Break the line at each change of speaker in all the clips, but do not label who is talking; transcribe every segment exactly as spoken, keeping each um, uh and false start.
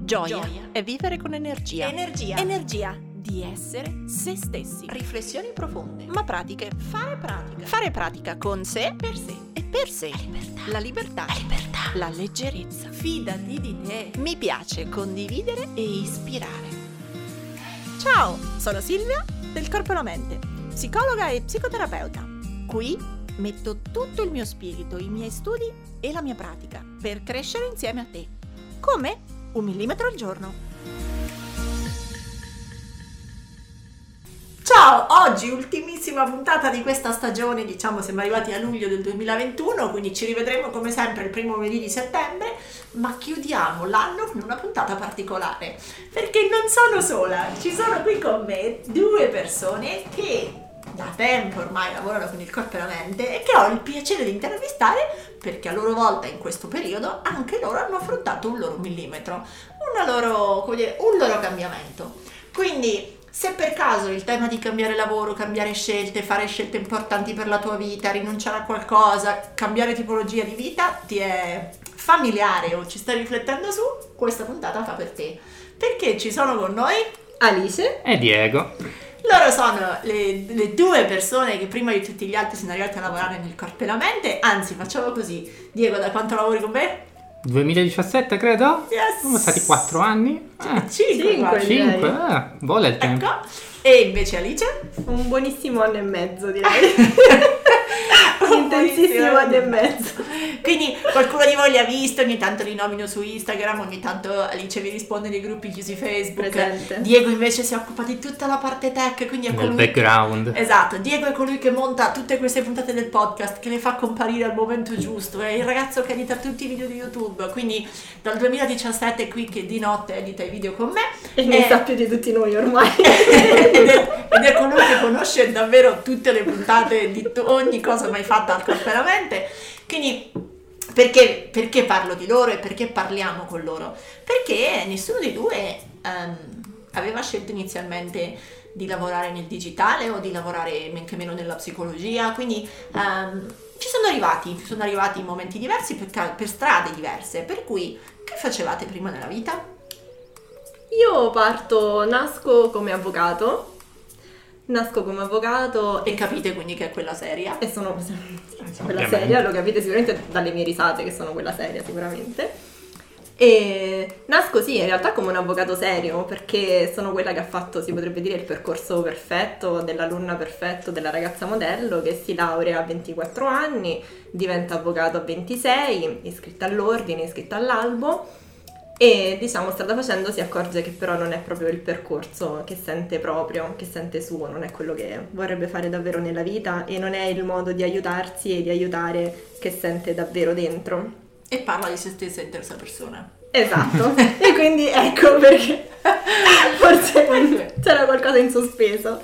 Gioia, Gioia è vivere con energia.
Energia.
Energia di essere se stessi.
Riflessioni profonde.
Ma pratiche.
Fare pratica.
Fare pratica con sé,
per sé
e per sé.
La libertà.
La libertà.
La libertà.
La leggerezza.
Fidati di te.
Mi piace condividere e ispirare. Ciao, sono Silvia del Corpo e la Mente, psicologa e psicoterapeuta. Qui metto tutto il mio spirito, i miei studi e la mia pratica per crescere insieme a te. Come? Un millimetro al giorno.
Ciao, oggi ultimissima puntata di questa stagione, diciamo siamo arrivati a luglio del duemilaventuno, quindi ci rivedremo come sempre il primo venerdì di settembre, ma chiudiamo l'anno con una puntata particolare, perché non sono sola, ci sono qui con me due persone che da tempo ormai lavorano con il corpo e la mente e che ho il piacere di intervistare perché a loro volta in questo periodo anche loro hanno affrontato un loro millimetro, una loro, come dire, un loro cambiamento. Quindi se per caso il tema di cambiare lavoro, cambiare scelte, fare scelte importanti per la tua vita, rinunciare a qualcosa, cambiare tipologia di vita ti è familiare o ci stai riflettendo su, questa puntata fa per te. Perché ci sono con noi
Alice
e Diego.
Loro sono le, le due persone che prima di tutti gli altri sono arrivati a lavorare nel corpo e la mente. Anzi, facciamo così. Diego, da quanto lavori con me?
duemiladiciassette credo?
Yes.
Sono stati quattro anni?
Eh, cinque.
cinque, eh, vola il tempo.
Ecco. E invece Alice?
Un buonissimo anno e mezzo, direi. Un intensissimo anno e mezzo.
Quindi qualcuno di voi li ha visti, ogni tanto li nomino su Instagram, ogni tanto Alice vi risponde nei gruppi chiusi Facebook.
Presente.
Diego invece si occupa di tutta la parte tech, quindi è
Nel
colui
background.
Che... Esatto, Diego è colui che monta tutte queste puntate del podcast, che le fa comparire al momento giusto, è il ragazzo che edita tutti i video di YouTube, quindi dal duemiladiciassette è qui che di notte edita i video con me.
E ne sa più di tutti noi ormai.
ed, è, ed è colui che conosce davvero tutte le puntate di t- ogni cosa mai fatta al corpo e alla mente. Quindi perché, perché parlo di loro e perché parliamo con loro? Perché nessuno dei due um, aveva scelto inizialmente di lavorare nel digitale o di lavorare men che meno nella psicologia, quindi um, ci sono arrivati, ci sono arrivati in momenti diversi per, per strade diverse, per cui che facevate prima nella vita?
Io parto, nasco come avvocato, nasco come avvocato
e capite quindi che è quella seria?
E sono quella seria, lo capite sicuramente dalle mie risate che sono quella seria sicuramente. E nasco sì in realtà come un avvocato serio, perché sono quella che ha fatto, si potrebbe dire, il percorso perfetto dell'alunna perfetto, della ragazza modello che si laurea a ventiquattro anni, diventa avvocato a ventisei, iscritta all'ordine, iscritta all'albo. E diciamo strada facendo si accorge che però non è proprio il percorso che sente proprio, che sente suo, non è quello che vorrebbe fare davvero nella vita e non è il modo di aiutarsi e di aiutare che sente davvero dentro.
E parla di se stessa in terza persona.
Esatto, e quindi ecco perché forse c'era qualcosa in sospeso.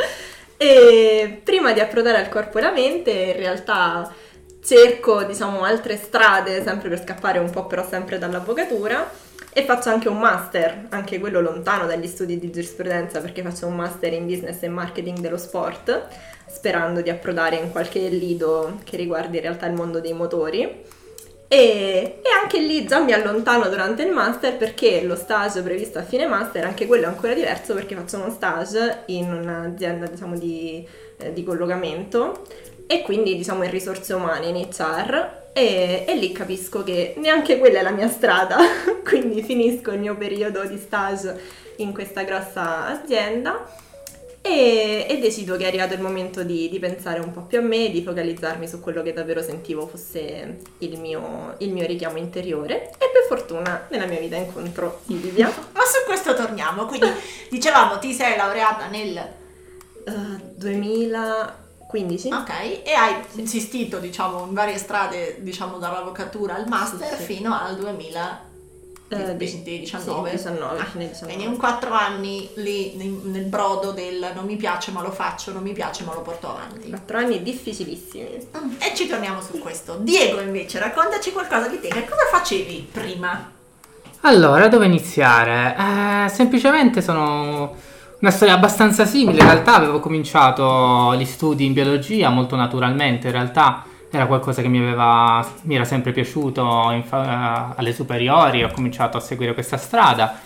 E prima di approdare al corpo e la mente in realtà cerco diciamo altre strade sempre per scappare un po' però sempre dall'avvocatura. E faccio anche un master, anche quello lontano dagli studi di giurisprudenza, perché faccio un master in business e marketing dello sport, sperando di approdare in qualche lido che riguardi in realtà il mondo dei motori. E, e anche lì già mi allontano durante il master, perché lo stage previsto a fine master, anche quello è ancora diverso, perché faccio uno stage in un'azienda diciamo di, eh, di collocamento e quindi diciamo in risorse umane, in H R. E, e lì capisco che neanche quella è la mia strada, quindi finisco il mio periodo di stage in questa grossa azienda e, e decido che è arrivato il momento di, di pensare un po' più a me, di focalizzarmi su quello che davvero sentivo fosse il mio, il mio richiamo interiore, e per fortuna nella mia vita incontro Silvia.
Ma su questo torniamo, quindi dicevamo ti sei laureata nel
uh, duemila quindici.
Ok, e hai insistito diciamo in varie strade diciamo dall'avvocatura al master
sì, sì.
fino al duemiladiciannove.
Uh, diciannove. Sì, diciannove,
ah,
diciannove.
Quindi un quattro anni lì nel brodo del non mi piace ma lo faccio, non mi piace ma lo porto avanti.
Quattro anni difficilissimi.
Mm, e ci torniamo su questo. Diego invece, raccontaci qualcosa di te, che cosa facevi prima?
Allora, dove iniziare? Eh, semplicemente sono una storia abbastanza simile. In realtà avevo cominciato gli studi in biologia molto naturalmente, in realtà era qualcosa che mi aveva mi era sempre piaciuto in fa- alle superiori, ho cominciato a seguire questa strada.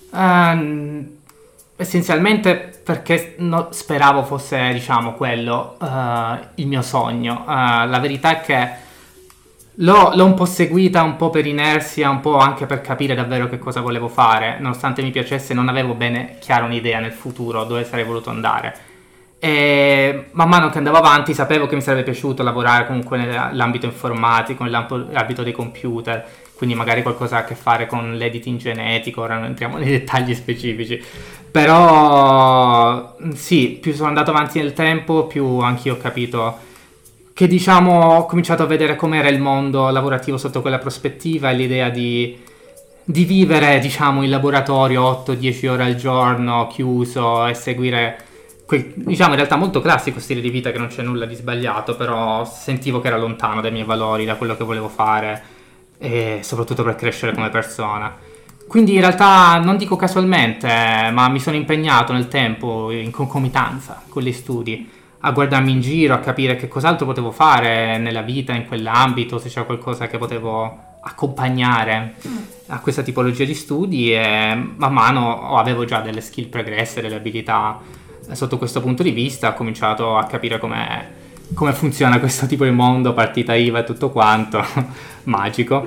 Ehm, essenzialmente perché no- speravo fosse, diciamo, quello eh, il mio sogno. Eh, la verità è che l'ho, l'ho un po' seguita, un po' per inerzia, un po' anche per capire davvero che cosa volevo fare. Nonostante mi piacesse, non avevo bene chiara un'idea nel futuro dove sarei voluto andare. E man mano che andavo avanti sapevo che mi sarebbe piaciuto lavorare comunque nell'ambito informatico, nell'ambito dei computer, quindi magari qualcosa a che fare con l'editing genetico. Ora non entriamo nei dettagli specifici, però sì, più sono andato avanti nel tempo, più anch'io ho capito che, diciamo, ho cominciato a vedere com'era il mondo lavorativo sotto quella prospettiva, e l'idea di, di vivere, diciamo, in laboratorio otto dieci ore al giorno, chiuso, e seguire quel, diciamo, in realtà molto classico stile di vita, che non c'è nulla di sbagliato, però sentivo che era lontano dai miei valori, da quello che volevo fare, e soprattutto per crescere come persona. Quindi in realtà non dico casualmente, ma mi sono impegnato nel tempo, in concomitanza con gli studi, a guardarmi in giro, a capire che cos'altro potevo fare nella vita, in quell'ambito, se c'era qualcosa che potevo accompagnare a questa tipologia di studi, e man mano avevo già delle skill pregresse, delle abilità sotto questo punto di vista. Ho cominciato a capire come come funziona questo tipo di mondo, partita I V A e tutto quanto, magico.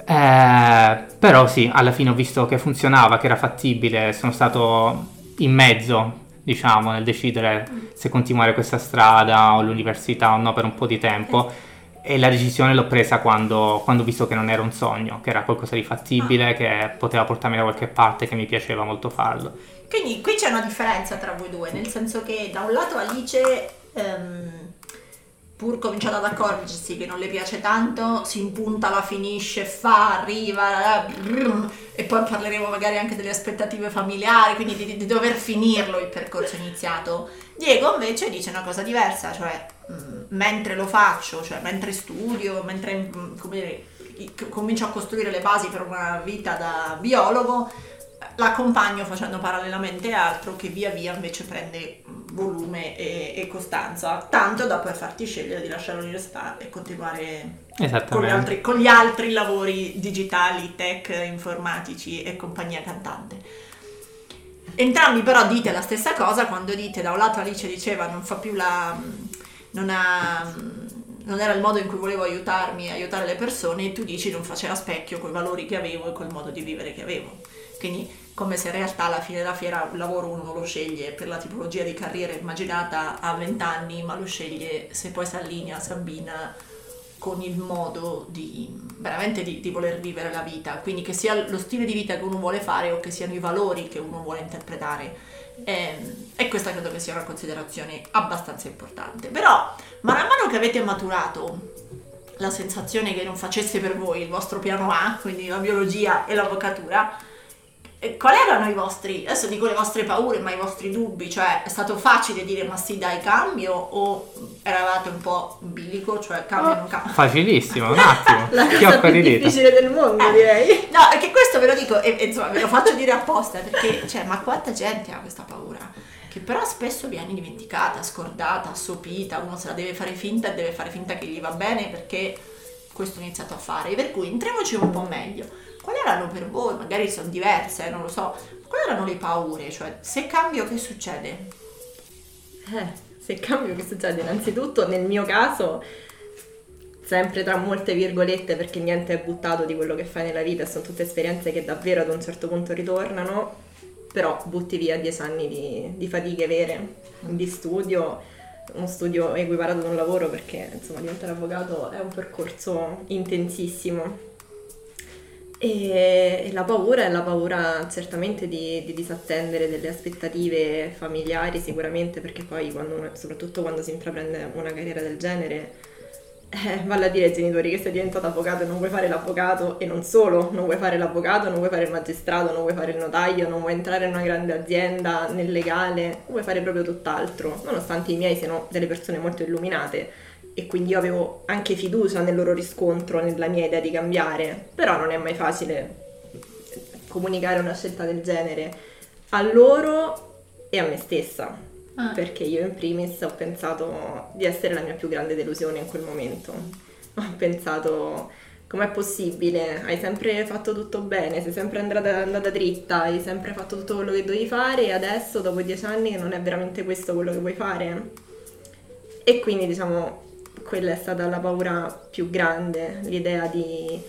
Eh, però sì, alla fine ho visto che funzionava, che era fattibile, sono stato in mezzo, diciamo, nel decidere se continuare questa strada o l'università o no per un po' di tempo, e la decisione l'ho presa quando, quando ho visto che non era un sogno, che era qualcosa di fattibile, che poteva portarmi da qualche parte, che mi piaceva molto farlo.
Quindi qui c'è una differenza tra voi due, nel senso che da un lato Alice, ehm, pur cominciando ad accorgersi che non le piace tanto, si impunta, la finisce, fa, arriva, brum, e poi parleremo magari anche delle aspettative familiari, quindi di, di dover finirlo il percorso iniziato. Diego invece dice una cosa diversa, cioè mh, mentre lo faccio, cioè mentre studio, mentre mh, come dire, comincio a costruire le basi per una vita da biologo, l'accompagno facendo parallelamente altro che via via invece prende volume e, e costanza, tanto da poi farti scegliere di lasciare l'università e continuare con gli, altri, con gli altri lavori digitali, tech, informatici e compagnia cantante. Entrambi però dite la stessa cosa quando dite, da un lato Alice diceva non fa più la non ha non era il modo in cui volevo aiutarmi, aiutare le persone, e tu dici non faceva specchio con i valori che avevo e col modo di vivere che avevo. Quindi come se in realtà alla fine della fiera un lavoro uno non lo sceglie per la tipologia di carriera immaginata a vent'anni, ma lo sceglie se poi si allinea, si abbina con il modo di veramente di, di voler vivere la vita, quindi che sia lo stile di vita che uno vuole fare o che siano i valori che uno vuole interpretare. E, e questa credo che sia una considerazione abbastanza importante. Però man mano che avete maturato la sensazione che non facesse per voi il vostro piano A, quindi la biologia e l'avvocatura, quali erano i vostri, adesso dico le vostre paure, ma i vostri dubbi? Cioè, è stato facile dire ma sì dai cambio, o eravate un po' in bilico, cioè cambio o non cambio?
Facilissimo, un attimo.
La cosa più difficile del mondo,
eh,
direi.
No, perché questo ve lo dico, e, e insomma ve lo faccio dire apposta, perché cioè, ma quanta gente ha questa paura? Che però spesso viene dimenticata, scordata, assopita, uno se la deve fare finta e deve fare finta che gli va bene perché questo ho iniziato a fare. Per cui entriamoci un po' meglio. Quali erano per voi? Magari sono diverse, eh, non lo so. Quali erano le paure? Cioè, se cambio che succede?
Eh, se cambio che succede? Innanzitutto, nel mio caso, sempre tra molte virgolette, perché niente è buttato di quello che fai nella vita, sono tutte esperienze che davvero ad un certo punto ritornano, però butti via dieci anni di, di fatiche vere, di studio, uno studio equiparato ad un lavoro, perché insomma diventare avvocato è un percorso intensissimo. E, e la paura è la paura certamente di, di disattendere delle aspettative familiari, sicuramente, perché poi quando uno, soprattutto quando si intraprende una carriera del genere, eh, vale a dire ai genitori che sei diventato avvocato e non vuoi fare l'avvocato, e non solo, non vuoi fare l'avvocato, non vuoi fare il magistrato, non vuoi fare il notaio, non vuoi entrare in una grande azienda, nel legale, vuoi fare proprio tutt'altro, nonostante i miei siano delle persone molto illuminate. E quindi io avevo anche fiducia nel loro riscontro, nella mia idea di cambiare, però non è mai facile comunicare una scelta del genere a loro e a me stessa, ah. perché io in primis ho pensato di essere la mia più grande delusione in quel momento. Ho pensato com'è possibile? Hai sempre fatto tutto bene, sei sempre andata, andata dritta, hai sempre fatto tutto quello che dovevi fare e adesso dopo dieci anni non è veramente questo quello che vuoi fare? E quindi diciamo quella è stata la paura più grande, l'idea di,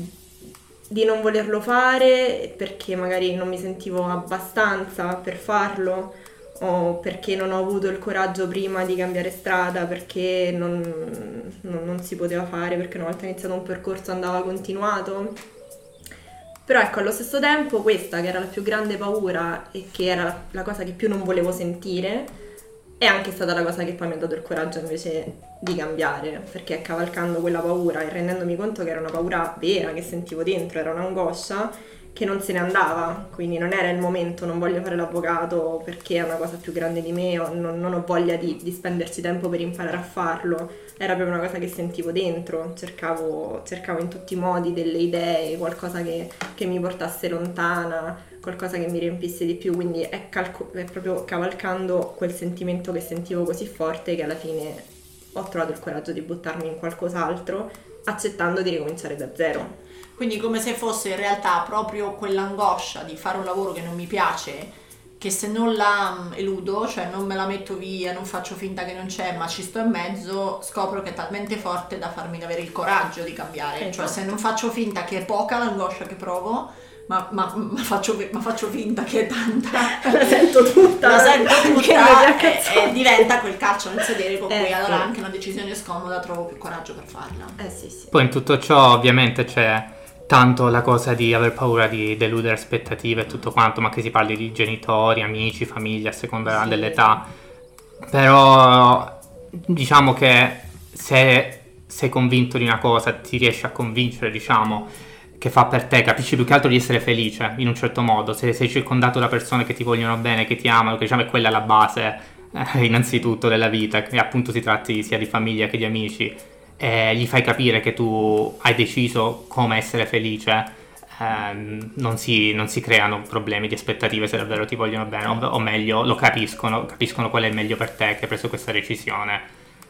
di non volerlo fare perché magari non mi sentivo abbastanza per farlo, o perché non ho avuto il coraggio prima di cambiare strada, perché non, non, non si poteva fare, perché una volta iniziato un percorso andava continuato. Però ecco, allo stesso tempo questa che era la più grande paura e che era la, la cosa che più non volevo sentire, è anche stata la cosa che poi mi ha dato il coraggio invece di cambiare, perché cavalcando quella paura e rendendomi conto che era una paura vera che sentivo dentro, era un'angoscia che non se ne andava, quindi non era il momento, non voglio fare l'avvocato perché è una cosa più grande di me, o non, non ho voglia di, di spenderci tempo per imparare a farlo, era proprio una cosa che sentivo dentro, cercavo, cercavo in tutti i modi delle idee, qualcosa che, che mi portasse lontana, qualcosa che mi riempisse di più, quindi è, calco- è proprio cavalcando quel sentimento che sentivo così forte che alla fine ho trovato il coraggio di buttarmi in qualcos'altro, accettando di ricominciare da zero.
Quindi come se fosse in realtà proprio quell'angoscia di fare un lavoro che non mi piace, che se non la eludo, cioè non me la metto via, non faccio finta che non c'è, ma ci sto in mezzo, scopro che è talmente forte da farmi avere il coraggio di cambiare. Esatto. Cioè se non faccio finta che è poca l'angoscia che provo, ma, ma, ma, faccio, ma faccio finta che è tanta,
la sento tutta,
la sento tutta e, e diventa quel calcio nel sedere con eh, cui allora sì. Anche una decisione scomoda trovo più coraggio per farla.
Eh sì sì.
Poi in tutto ciò ovviamente c'è tanto la cosa di aver paura di deludere aspettative e tutto quanto, ma che si parli di genitori, amici, famiglia a seconda sì. dell'età, però diciamo che se sei convinto di una cosa, ti riesci a convincere, diciamo, che fa per te, capisci più che altro di essere felice in un certo modo, se sei circondato da persone che ti vogliono bene, che ti amano, che diciamo è quella la base eh, innanzitutto della vita, che appunto si tratti sia di famiglia che di amici, e gli fai capire che tu hai deciso come essere felice, ehm, non, si, non si creano problemi di aspettative se davvero ti vogliono bene, o, o meglio lo capiscono, capiscono qual è il meglio per te, che hai preso questa decisione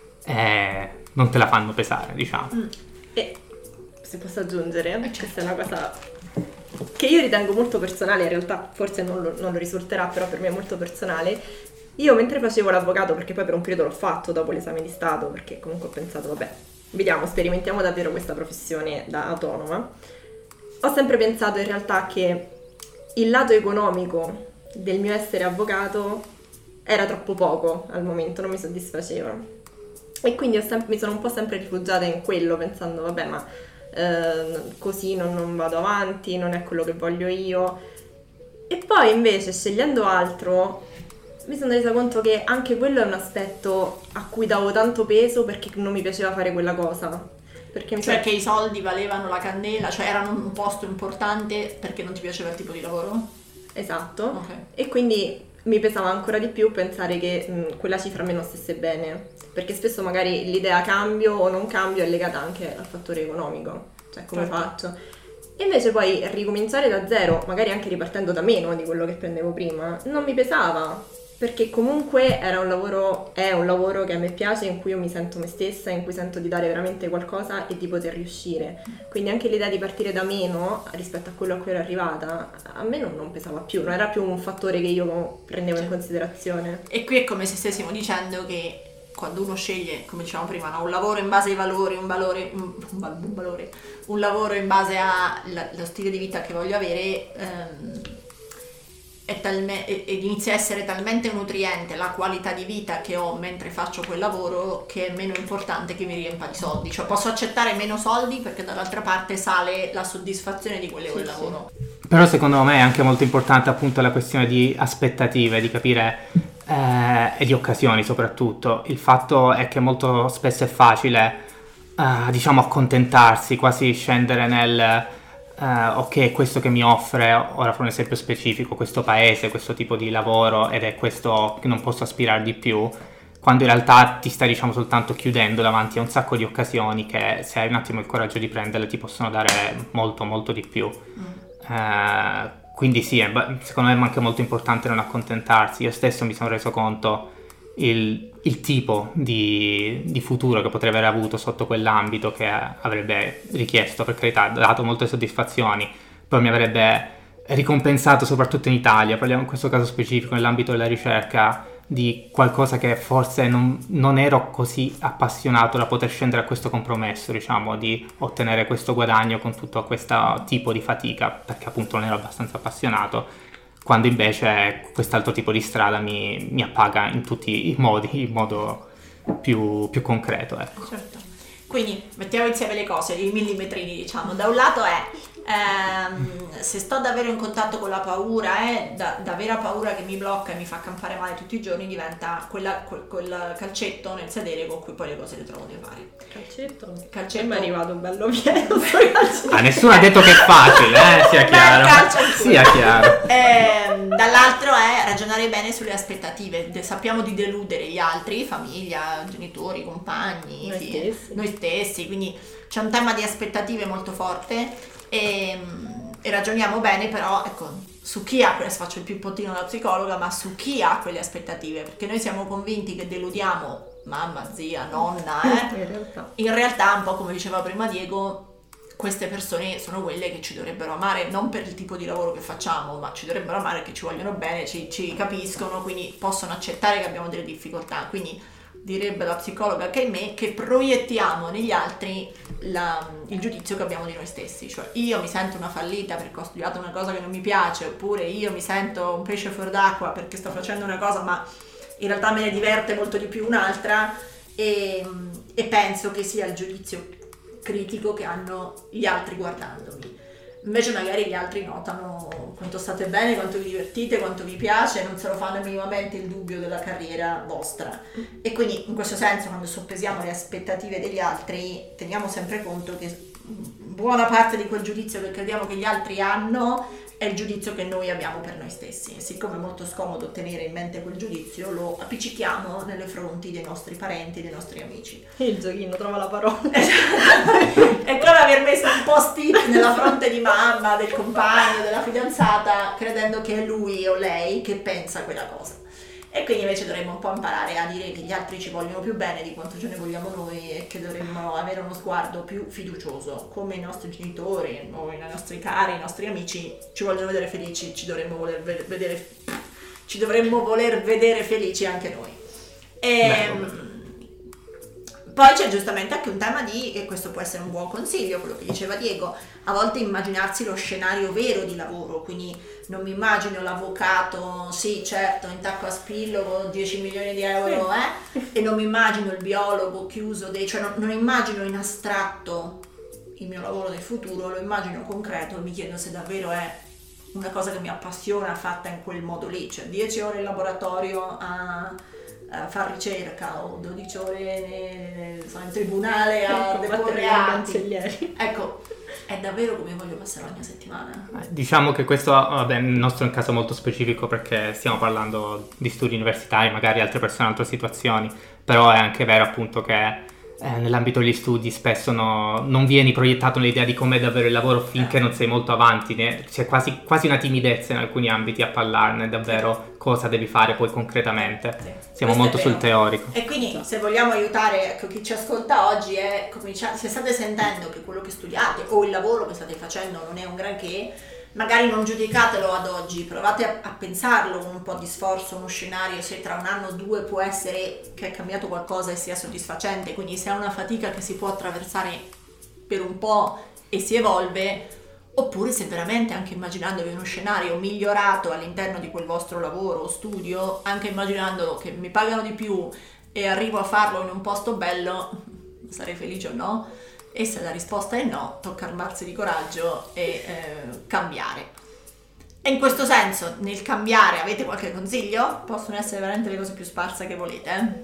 e non te la fanno pesare, diciamo.
Mm. E se posso aggiungere, questa è una cosa che io ritengo molto personale, in realtà forse non lo, non lo risulterà, però per me è molto personale. Io mentre facevo l'avvocato, perché poi per un periodo l'ho fatto dopo l'esame di Stato, perché comunque ho pensato vabbè, vediamo, sperimentiamo davvero questa professione da autonoma, ho sempre pensato in realtà che il lato economico del mio essere avvocato era troppo poco al momento, non mi soddisfaceva, e quindi ho sem- mi sono un po' sempre rifugiata in quello, pensando vabbè ma eh, così non, non vado avanti, non è quello che voglio io. E poi invece scegliendo altro mi sono resa conto che anche quello è un aspetto a cui davo tanto peso perché non mi piaceva fare quella cosa. Perché mi
cioè
sa...
che i soldi valevano la candela, cioè erano un posto importante perché non ti piaceva il tipo di lavoro?
Esatto.
Okay.
E quindi mi pesava ancora di più pensare che mh, quella cifra a me non stesse bene, perché spesso magari l'idea cambio o non cambio è legata anche al fattore economico, cioè come certo. faccio. E invece poi ricominciare da zero, magari anche ripartendo da meno di quello che prendevo prima, non mi pesava. Perché comunque era un lavoro, è un lavoro che a me piace, in cui io mi sento me stessa, in cui sento di dare veramente qualcosa e di poter riuscire. Quindi anche l'idea di partire da meno rispetto a quello a cui ero arrivata, a me non, non pesava più, non era più un fattore che io prendevo in considerazione.
E qui è come se stessimo dicendo che quando uno sceglie, come dicevamo prima, no? un lavoro in base ai valori, un valore, un, un valore, un lavoro in base allo stile di vita che voglio avere, ehm, Talme- ed inizia a essere talmente nutriente la qualità di vita che ho mentre faccio quel lavoro che è meno importante che mi riempa di soldi, cioè posso accettare meno soldi perché dall'altra parte sale la soddisfazione di quel sì, lavoro.
Sì. Però secondo me è anche molto importante appunto la questione di aspettative, di capire eh, e di occasioni soprattutto. Il fatto è che molto spesso è facile eh, diciamo accontentarsi, quasi scendere nel Uh, ok, questo che mi offre, ora farò un esempio specifico, questo paese, questo tipo di lavoro, ed è questo che non posso aspirare di più, quando in realtà ti stai diciamo soltanto chiudendo davanti a un sacco di occasioni che se hai un attimo il coraggio di prenderle ti possono dare molto molto di più. Mm. Uh, quindi sì, è, secondo me è anche molto importante non accontentarsi. Io stesso mi sono reso conto il, il tipo di, di futuro che potrei aver avuto sotto quell'ambito, che avrebbe richiesto, per carità, dato molte soddisfazioni, poi mi avrebbe ricompensato soprattutto in Italia, parliamo in questo caso specifico nell'ambito della ricerca, di qualcosa che forse non, non ero così appassionato da poter scendere a questo compromesso, diciamo, di ottenere questo guadagno con tutto questo tipo di fatica, perché appunto non ero abbastanza appassionato, quando invece quest'altro tipo di strada mi, mi appaga in tutti i modi, in modo più, più concreto, ecco.
Certo. Quindi mettiamo insieme le cose, i millimetrini, diciamo. Da un lato è ehm, se sto davvero in contatto con la paura, eh, da, da vera paura che mi blocca e mi fa campare male tutti i giorni, diventa quella, quel, quel calcetto nel sedere con cui poi le cose le trovo da fare.
Calcetto?
Calcetto.
Mi è arrivato bello pieno.
Ah, nessuno ha detto che è facile, eh, sia chiaro. Sia chiaro.
Eh, dall'altro è ragionare bene sulle aspettative. De- sappiamo di deludere gli altri, famiglia, genitori, compagni,
Noi
figli,
stessi.
noi stessi, quindi c'è un tema di aspettative molto forte e, e ragioniamo bene, però ecco, su chi ha, adesso faccio il più pottino da psicologa, ma su chi ha quelle aspettative, perché noi siamo convinti che deludiamo mamma, zia, nonna, eh?
In realtà.
In realtà, un po' come diceva prima Diego, queste persone sono quelle che ci dovrebbero amare non per il tipo di lavoro che facciamo, ma ci dovrebbero amare che ci vogliono bene, ci, ci capiscono, quindi possono accettare che abbiamo delle difficoltà. Quindi direbbe la psicologa che è me, che proiettiamo negli altri la, il giudizio che abbiamo di noi stessi, cioè io mi sento una fallita perché ho studiato una cosa che non mi piace, oppure io mi sento un pesce fuor d'acqua perché sto facendo una cosa ma in realtà me ne diverte molto di più un'altra, e, e penso che sia il giudizio critico che hanno gli altri guardandomi. Invece magari gli altri notano quanto state bene, quanto vi divertite, quanto vi piace, non se lo fanno minimamente il dubbio della carriera vostra. E quindi in questo senso, quando soppesiamo le aspettative degli altri, teniamo sempre conto che buona parte di quel giudizio che crediamo che gli altri hanno è il giudizio che noi abbiamo per noi stessi. E siccome è molto scomodo tenere in mente quel giudizio, lo appiccichiamo nelle fronti dei nostri parenti, dei nostri amici.
Il giochino trova la parola.
È come aver messo un post-it nella fronte di mamma, del compagno, della fidanzata, credendo che è lui o lei che pensa quella cosa. E quindi invece dovremmo un po' imparare a dire che gli altri ci vogliono più bene di quanto ce ne vogliamo noi, e che dovremmo avere uno sguardo più fiducioso, come i nostri genitori, noi, i nostri cari, i nostri amici ci vogliono vedere felici, ci dovremmo voler vedere, ci dovremmo voler vedere felici anche noi. E, poi c'è giustamente anche un tema di, e questo può essere un buon consiglio, quello che diceva Diego, a volte immaginarsi lo scenario vero di lavoro, quindi non mi immagino l'avvocato, sì certo, in tacco a spillo con dieci milioni di euro, eh, e non mi immagino il biologo chiuso, dei, cioè non, non immagino in astratto il mio lavoro del futuro, lo immagino concreto e mi chiedo se davvero è una cosa che mi appassiona fatta in quel modo lì, cioè dieci ore in laboratorio a... a far ricerca o dodici ore ne, ne, so, in tribunale a deporre atti. Ecco, è davvero come voglio passare ogni settimana.
Diciamo che questo, vabbè, il nostro è un caso molto specifico perché stiamo parlando di studi universitari, magari altre persone in altre situazioni, però è anche vero appunto che eh, nell'ambito degli studi spesso no, non vieni proiettato nell'idea di com'è davvero il lavoro finché eh. non sei molto avanti, ne, c'è quasi, quasi una timidezza in alcuni ambiti a parlarne davvero cosa devi fare poi concretamente. Sì. Siamo molto sul teorico.
E quindi se vogliamo aiutare, ecco, chi ci ascolta oggi è cominciare, se state sentendo che quello che studiate o il lavoro che state facendo non è un granché, magari non giudicatelo ad oggi, provate a, a pensarlo con un po' di sforzo, uno scenario, se tra un anno o due può essere che è cambiato qualcosa e sia soddisfacente, quindi se è una fatica che si può attraversare per un po' e si evolve, oppure se veramente, anche immaginandovi uno scenario migliorato all'interno di quel vostro lavoro o studio, anche immaginando che mi pagano di più e arrivo a farlo in un posto bello, sarei felice o no? E se la risposta è no, tocca armarsi di coraggio e eh, cambiare. E in questo senso, nel cambiare, avete qualche consiglio? Possono essere veramente le cose più sparse che volete.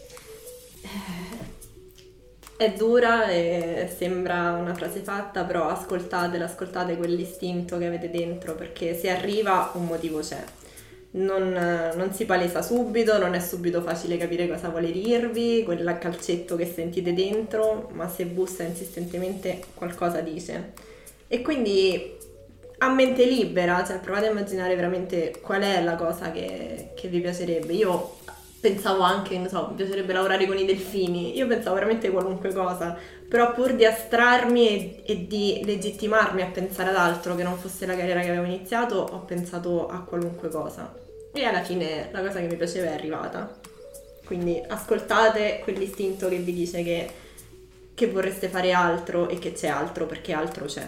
È dura e sembra una frase fatta, però ascoltatela, ascoltate quell'istinto che avete dentro, perché se arriva un motivo c'è. Non, non si palesa subito, non è subito facile capire cosa vuole dirvi, quel calcetto che sentite dentro, ma se bussa insistentemente qualcosa dice. E quindi a mente libera, cioè provate a immaginare veramente qual è la cosa che, che vi piacerebbe. Io pensavo anche, non so, mi piacerebbe lavorare con i delfini, io pensavo veramente qualunque cosa, però pur di astrarmi e, e di legittimarmi a pensare ad altro che non fosse la carriera che avevo iniziato, ho pensato a qualunque cosa e alla fine la cosa che mi piaceva è arrivata. Quindi ascoltate quell'istinto che vi dice che, che vorreste fare altro e che c'è altro, perché altro c'è.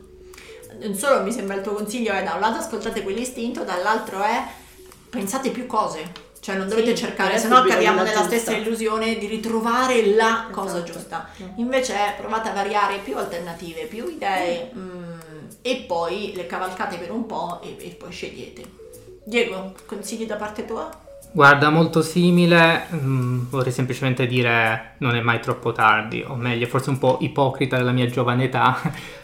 Non solo mi sembra il tuo consiglio è da un lato ascoltate quell'istinto, dall'altro è pensate più cose. Cioè non dovete
sì,
cercare, se no cadiamo nella giusta. stessa illusione di ritrovare la esatto. cosa giusta. Invece provate a variare più alternative, più idee mm, e poi le cavalcate per un po' e, e poi scegliete. Diego, consigli da parte tua?
Guarda, molto simile, mm, vorrei semplicemente dire non è mai troppo tardi, o meglio, forse un po' ipocrita della mia giovane età,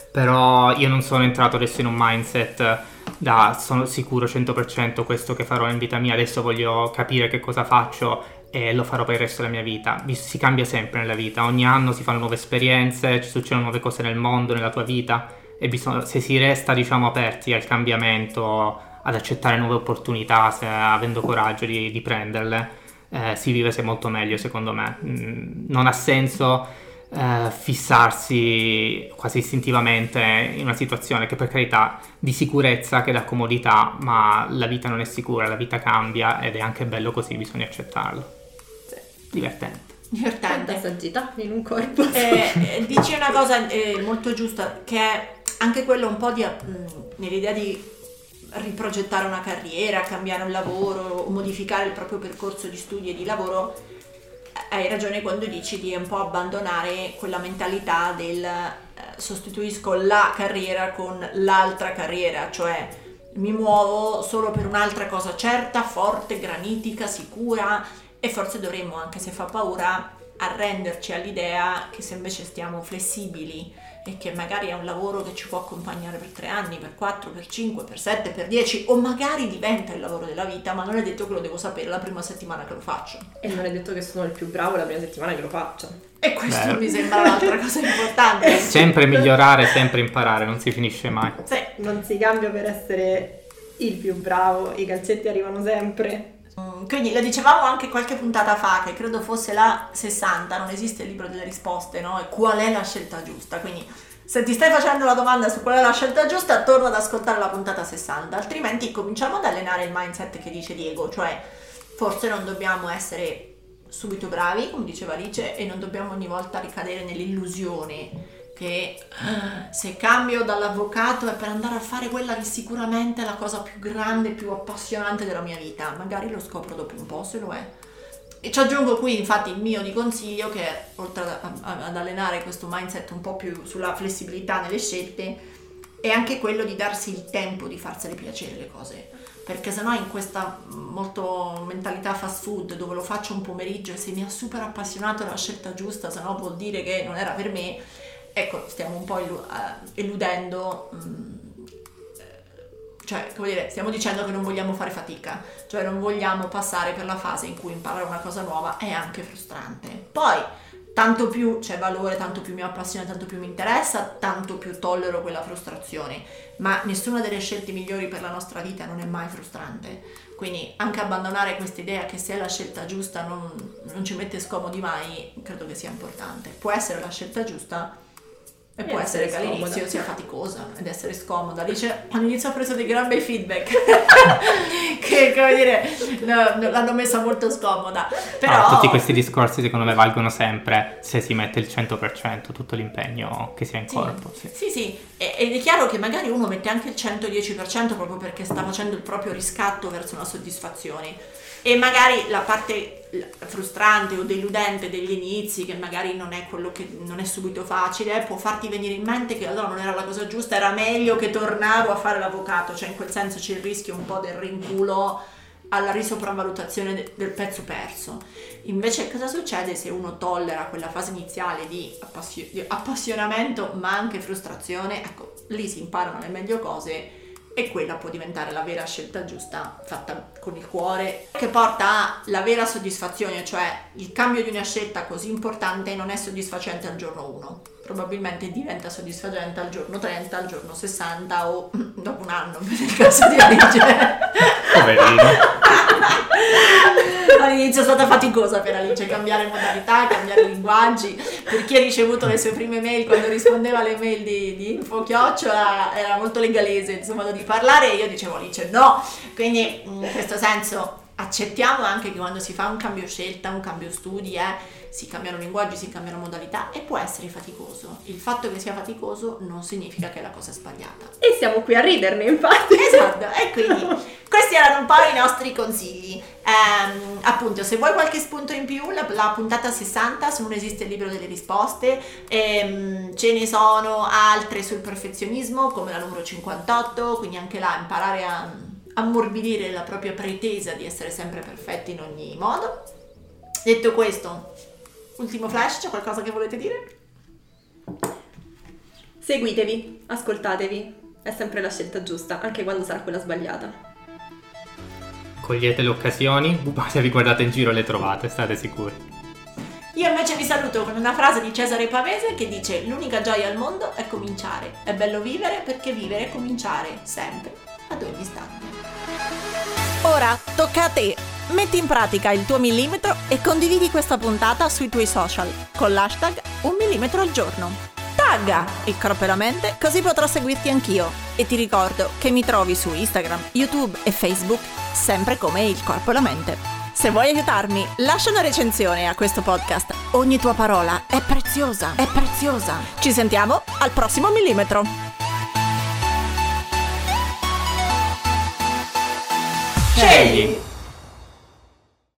però io non sono entrato adesso in un mindset da sono sicuro cento per cento questo che farò in vita mia, adesso voglio capire che cosa faccio e lo farò per il resto della mia vita. Si cambia sempre nella vita, ogni anno si fanno nuove esperienze, ci succedono nuove cose nel mondo, nella tua vita e bisogna, se si resta diciamo aperti al cambiamento, ad accettare nuove opportunità, se, avendo coraggio di, di prenderle, eh, si vive se molto meglio secondo me. Mm, non ha senso eh, fissarsi quasi istintivamente in una situazione che per carità di sicurezza che dà comodità, ma la vita non è sicura, la vita cambia ed è anche bello così, bisogna accettarlo. Sì. Divertente.
Divertente.
Tanta saggità in un corpo.
Eh, dici una cosa eh, molto giusta, che è anche quello un po' di mh, nell'idea di riprogettare una carriera, cambiare un lavoro o modificare il proprio percorso di studi e di lavoro. Hai ragione quando dici di un po' abbandonare quella mentalità del eh, sostituisco la carriera con l'altra carriera, cioè mi muovo solo per un'altra cosa certa, forte, granitica, sicura, e forse dovremmo, anche se fa paura, arrenderci all'idea che se invece stiamo flessibili e che magari è un lavoro che ci può accompagnare per tre anni, per quattro, per cinque, per sette, per dieci, o magari diventa il lavoro della vita, ma non è detto che lo devo sapere la prima settimana che lo faccio.
E non è detto che sono il più bravo la prima settimana che lo faccio.
E questo Beh. mi sembra l'altra cosa importante.
Sempre migliorare, sempre imparare, non si finisce mai.
Sì, non si cambia per essere il più bravo, i calcetti arrivano sempre.
Quindi lo dicevamo anche qualche puntata fa, che credo fosse la sessanta, non esiste il libro delle risposte, no? E qual è la scelta giusta? Quindi se ti stai facendo la domanda su qual è la scelta giusta, torna ad ascoltare la puntata sessanta, altrimenti cominciamo ad allenare il mindset che dice Diego, cioè forse non dobbiamo essere subito bravi, come diceva Alice, e non dobbiamo ogni volta ricadere nell'illusione che se cambio dall'avvocato è per andare a fare quella che sicuramente è la cosa più grande, più appassionante della mia vita. Magari lo scopro dopo un po', se lo è. E ci aggiungo qui infatti il mio di consiglio, che oltre ad, ad allenare questo mindset un po' più sulla flessibilità nelle scelte, è anche quello di darsi il tempo di farsene piacere le cose. Perché sennò in questa molto mentalità fast food, dove lo faccio un pomeriggio e se mi ha super appassionato è la scelta giusta, sennò vuol dire che non era per me. Ecco, stiamo un po' eludendo, cioè, come dire, stiamo dicendo che non vogliamo fare fatica, cioè non vogliamo passare per la fase in cui imparare una cosa nuova è anche frustrante. Poi, tanto più c'è valore, tanto più mi appassiona, tanto più mi interessa, tanto più tollero quella frustrazione, ma nessuna delle scelte migliori per la nostra vita non è mai frustrante. Quindi anche abbandonare questa idea che se è la scelta giusta non, non ci mette scomodi mai, credo che sia importante. Può essere la scelta giusta, e può essere che all'inizio sia faticosa ed essere scomoda. Dice, all'inizio ho preso dei gran bei feedback che, come dire, no, l'hanno messa molto scomoda. Però
ah, tutti questi discorsi secondo me valgono sempre se si mette il cento per cento, tutto l'impegno che si ha in
sì,
corpo. Sì,
sì, sì. Ed è chiaro che magari uno mette anche il centodieci per cento proprio perché sta facendo il proprio riscatto verso una soddisfazione. E magari la parte frustrante o deludente degli inizi, che magari non è quello che non è subito facile, può farti venire in mente che allora non era la cosa giusta, era meglio che tornavo a fare l'avvocato, cioè in quel senso c'è il rischio un po' del rinculo alla risopravvalutazione de- del pezzo perso. Invece cosa succede se uno tollera quella fase iniziale di, appassio- di appassionamento ma anche frustrazione? Ecco, lì si imparano le meglio cose e quella può diventare la vera scelta giusta fatta con il cuore, che porta alla vera soddisfazione, cioè il cambio di una scelta così importante non è soddisfacente al giorno uno, probabilmente diventa soddisfacente al giorno trenta, al giorno sessanta o dopo un anno, nel caso di Alice.
Poverino.
All'inizio è stato stata faticosa per Alice cambiare modalità, cambiare linguaggi. Per chi ha ricevuto le sue prime mail, quando rispondeva alle mail di, di Info Chiocciola, era molto legalese il suo modo di parlare, e io dicevo Alice no. Quindi in questo senso accettiamo anche che quando si fa un cambio scelta, un cambio studi, eh, si cambiano linguaggi, si cambiano modalità, e può essere faticoso. Il fatto che sia faticoso non significa che è la cosa sbagliata.
E siamo qui a riderne, infatti.
Esatto, e quindi questi erano un po' i nostri consigli. Ehm, appunto, se vuoi qualche spunto in più, la, la puntata sessanta, se non esiste il libro delle risposte, ehm, ce ne sono altre sul perfezionismo, come la numero cinquantotto, quindi anche là imparare a ammorbidire la propria pretesa di essere sempre perfetti in ogni modo. Detto questo, ultimo flash, c'è qualcosa che volete dire?
Seguitevi, ascoltatevi, è sempre la scelta giusta, anche quando sarà quella sbagliata.
Cogliete le occasioni, se vi guardate in giro le trovate, state sicuri.
Io invece vi saluto con una frase di Cesare Pavese che dice: l'unica gioia al mondo è cominciare, è bello vivere perché vivere è cominciare, sempre, ad ogni istante.
Ora tocca a te. Metti in pratica il tuo millimetro e condividi questa puntata sui tuoi social con l'hashtag un millimetro al giorno. Tagga il Corpo e la Mente, così potrò seguirti anch'io. E ti ricordo che mi trovi su Instagram, YouTube e Facebook sempre come il Corpo e la Mente. Se vuoi aiutarmi, lascia una recensione a questo podcast. Ogni tua parola è preziosa, è preziosa. Ci sentiamo al prossimo millimetro.
Scegli!